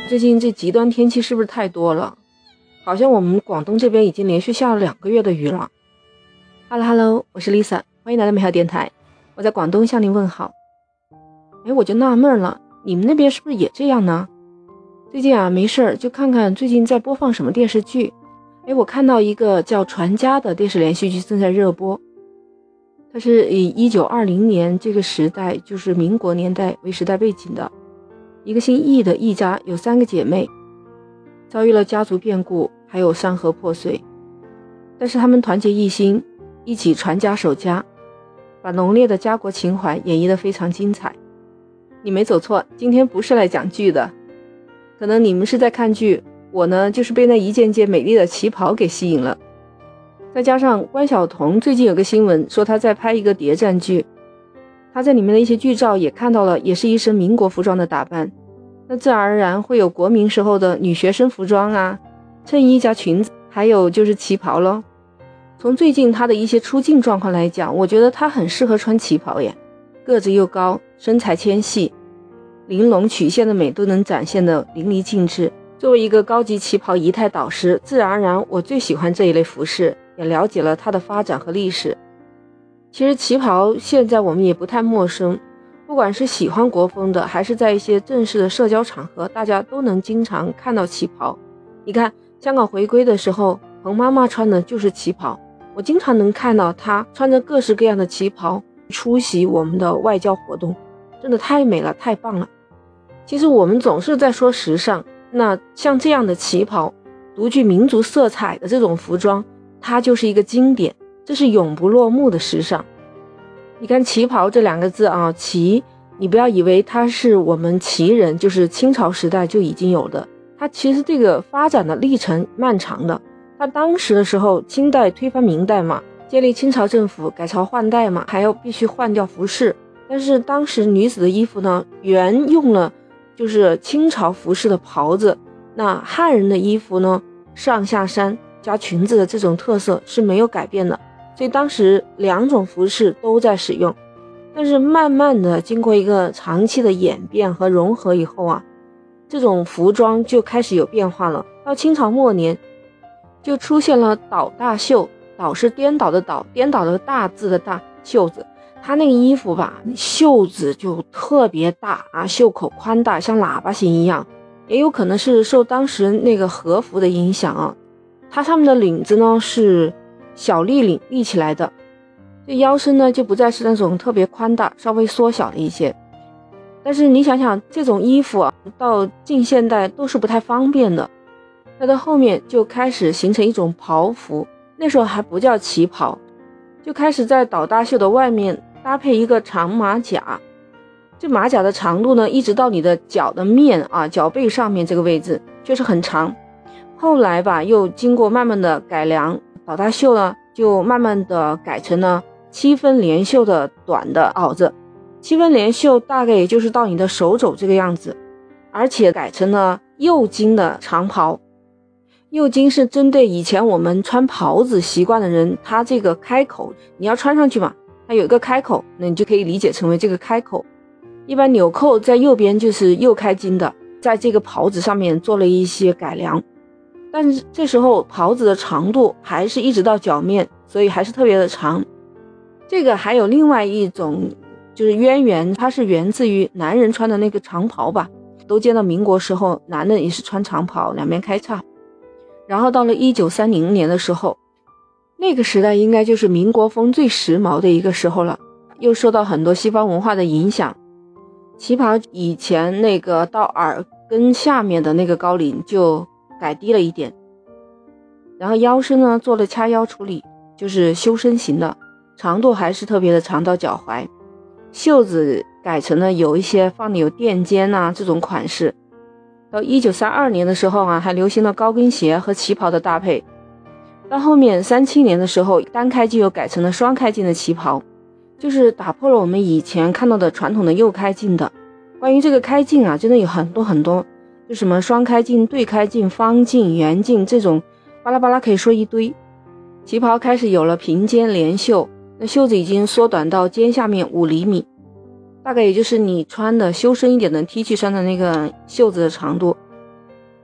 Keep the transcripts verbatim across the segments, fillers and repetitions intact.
最近这极端天气是不是太多了？好像我们广东这边已经连续下了两个月的雨了。Hello Hello， 我是 Lisa， 欢迎来到美好电台，我在广东向您问好。哎，我就纳闷了，你们那边是不是也这样呢？最近啊，没事儿就看看最近在播放什么电视剧。哎，我看到一个叫《传家》的电视连续剧正在热播，它是以一九二零年这个时代，就是民国年代为时代背景的。一个姓易的易家有三个姐妹，遭遇了家族变故，还有山河破碎，但是她们团结一心，一起传家守家，把浓烈的家国情怀演绎得非常精彩。你没走错，今天不是来讲剧的，可能你们是在看剧，我呢就是被那一件件美丽的旗袍给吸引了。再加上关晓彤最近有个新闻说她在拍一个谍战剧，她在里面的一些剧照也看到了，也是一身民国服装的打扮，那自然而然会有国民时候的女学生服装啊，衬衣加裙子，还有就是旗袍咯。从最近她的一些出镜状况来讲，我觉得她很适合穿旗袍耶，个子又高，身材纤细，玲珑曲线的美都能展现的淋漓尽致。作为一个高级旗袍仪态导师，自然而然我最喜欢这一类服饰，也了解了它的发展和历史。其实旗袍现在我们也不太陌生，不管是喜欢国风的，还是在一些正式的社交场合，大家都能经常看到旗袍。你看香港回归的时候，彭妈妈穿的就是旗袍，我经常能看到她穿着各式各样的旗袍出席我们的外交活动，真的太美了，太棒了。其实我们总是在说时尚，那像这样的旗袍，独具民族色彩的这种服装，它就是一个经典，这是永不落幕的时尚。你看旗袍这两个字啊，旗，你不要以为它是我们旗人，就是清朝时代就已经有的，它其实这个发展的历程漫长的。它当时的时候，清代推翻明代嘛，建立清朝政府，改朝换代嘛，还要必须换掉服饰。但是当时女子的衣服呢，原用了就是清朝服饰的袍子，那汉人的衣服呢，上下衫加裙子的这种特色是没有改变的，所以当时两种服饰都在使用。但是慢慢的经过一个长期的演变和融合以后啊，这种服装就开始有变化了。到清朝末年就出现了倒大袖，倒是颠倒的倒，颠倒的大字的大，袖子，它那个衣服吧，袖子就特别大啊，袖口宽大，像喇叭形一样。也有可能是受当时那个和服的影响啊，它上面的领子呢是小立领立起来的，这腰身呢就不再是那种特别宽大，稍微缩小了一些。但是你想想，这种衣服啊，到近现代都是不太方便的。那到后面就开始形成一种袍服，那时候还不叫旗袍，就开始在倒大袖的外面搭配一个长马甲。这马甲的长度呢，一直到你的脚的面啊，脚背上面这个位置，确实很长。后来吧，又经过慢慢的改良，倒大袖呢，就慢慢的改成了七分连袖的短的袄子。七分连袖大概也就是到你的手肘这个样子，而且改成了右襟的长袍。右襟是针对以前我们穿袍子习惯的人，他这个开口你要穿上去嘛，它有一个开口，那你就可以理解成为这个开口。一般纽扣在右边就是右开襟的，在这个袍子上面做了一些改良，但是这时候袍子的长度还是一直到脚面，所以还是特别的长。这个还有另外一种就是渊源，它是源自于男人穿的那个长袍吧，都见到民国时候男人也是穿长袍，两边开叉。然后到了一九三零年的时候，那个时代应该就是民国风最时髦的一个时候了，又受到很多西方文化的影响。旗袍以前那个到耳根下面的那个高领就改低了一点，然后腰身呢做了掐腰处理，就是修身型的，长度还是特别的长到脚踝，袖子改成了有一些放的有垫肩啊这种款式。到一九三二年的时候啊，还流行了高跟鞋和旗袍的搭配。到后面三七年的时候，单开襟又改成了双开襟的旗袍，就是打破了我们以前看到的传统的右开襟的。关于这个开襟啊，真的有很多很多，就什么双开襟、对开襟、方襟、圆襟这种巴拉巴拉可以说一堆。旗袍开始有了平肩连袖，那袖子已经缩短到肩下面五厘米，大概也就是你穿的修身一点的 T 恤衫的那个袖子的长度。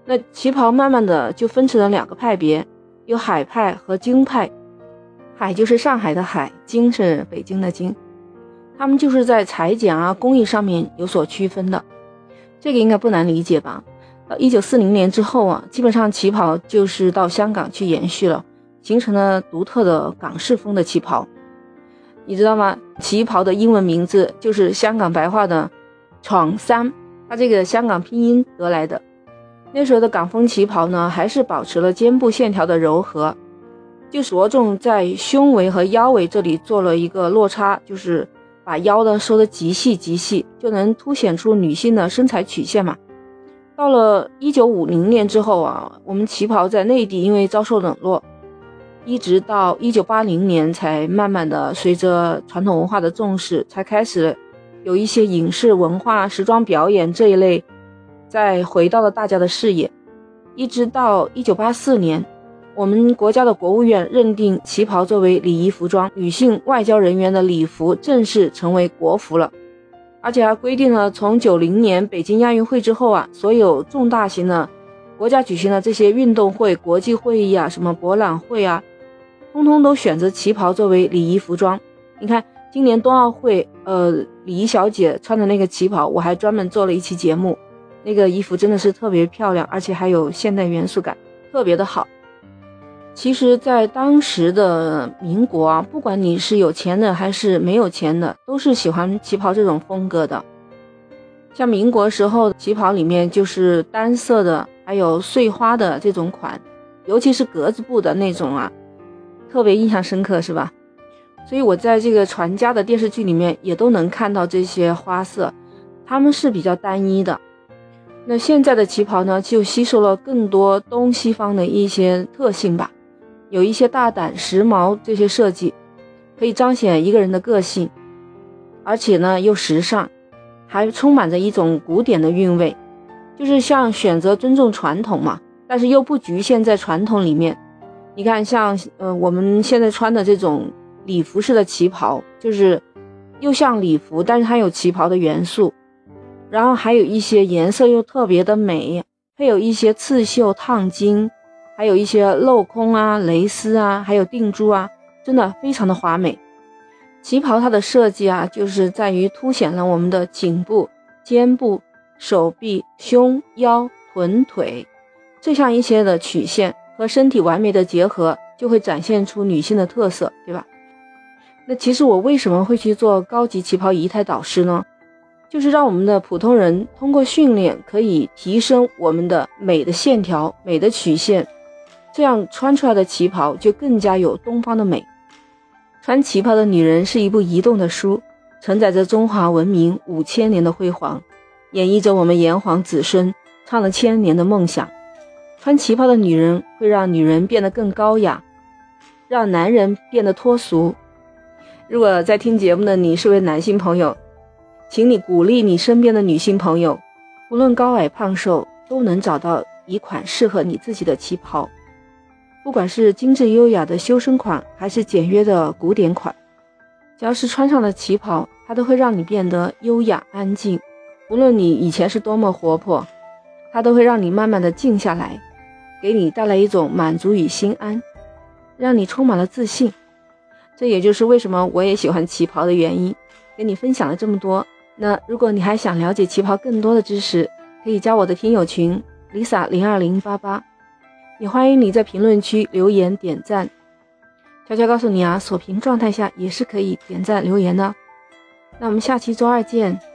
那旗袍慢慢的就分成了两个派别，有海派和京派。海就是上海的海，京是北京的京，他们就是在裁剪啊工艺上面有所区分的。这个应该不难理解吧。到一九四零年之后啊，基本上旗袍就是到香港去延续了，形成了独特的港式风的旗袍。你知道吗？旗袍的英文名字就是香港白话的闯衫，它这个香港拼音得来的。那时候的港风旗袍呢，还是保持了肩部线条的柔和，就着重在胸围和腰围这里做了一个落差，就是把腰呢收得极细极细，就能凸显出女性的身材曲线嘛。到了一九五零年之后啊，我们旗袍在内地因为遭受冷落，一直到一九八零年才慢慢的随着传统文化的重视，才开始有一些影视文化、时装表演这一类再回到了大家的视野。一直到一九八四年，我们国家的国务院认定旗袍作为礼仪服装，女性外交人员的礼服正式成为国服了。而且还规定了从九零年北京亚运会之后啊，所有重大型的国家举行的这些运动会、国际会议啊，什么博览会啊，通通都选择旗袍作为礼仪服装。你看今年冬奥会呃，礼仪小姐穿的那个旗袍，我还专门做了一期节目，那个衣服真的是特别漂亮，而且还有现代元素感，特别的好。其实在当时的民国啊，不管你是有钱的还是没有钱的，都是喜欢旗袍这种风格的。像民国时候旗袍里面就是单色的，还有碎花的这种款，尤其是格子布的那种啊，特别印象深刻，是吧？所以我在这个传家的电视剧里面也都能看到这些花色，它们是比较单一的。那现在的旗袍呢，就吸收了更多东西方的一些特性吧，有一些大胆时髦这些设计，可以彰显一个人的个性，而且呢又时尚，还充满着一种古典的韵味，就是像选择尊重传统嘛，但是又不局限在传统里面。你看像呃我们现在穿的这种礼服式的旗袍，就是又像礼服，但是它有旗袍的元素，然后还有一些颜色又特别的美，配有一些刺绣烫金，还有一些镂空啊、蕾丝啊，还有定珠啊，真的非常的华美。旗袍它的设计啊，就是在于凸显了我们的颈部、肩部、手臂、胸、腰、臀、腿这样一些的曲线和身体完美的结合，就会展现出女性的特色，对吧？那其实我为什么会去做高级旗袍仪态导师呢？就是让我们的普通人通过训练可以提升我们的美的线条、美的曲线，这样穿出来的旗袍就更加有东方的美。穿旗袍的女人是一部移动的书，承载着中华文明五千年的辉煌，演绎着我们炎黄子孙唱了千年的梦想。穿旗袍的女人会让女人变得更高雅，让男人变得脱俗。如果在听节目的你是位男性朋友，请你鼓励你身边的女性朋友，无论高矮胖瘦，都能找到一款适合你自己的旗袍。不管是精致优雅的修身款，还是简约的古典款，只要是穿上了旗袍，它都会让你变得优雅安静。无论你以前是多么活泼，它都会让你慢慢的静下来，给你带来一种满足与心安，让你充满了自信。这也就是为什么我也喜欢旗袍的原因。跟你分享了这么多，那如果你还想了解旗袍更多的知识，可以加我的听友群 Lisa 零二零八八，也欢迎你在评论区留言点赞。悄悄告诉你啊，锁屏状态下也是可以点赞留言的。那我们下期周二见。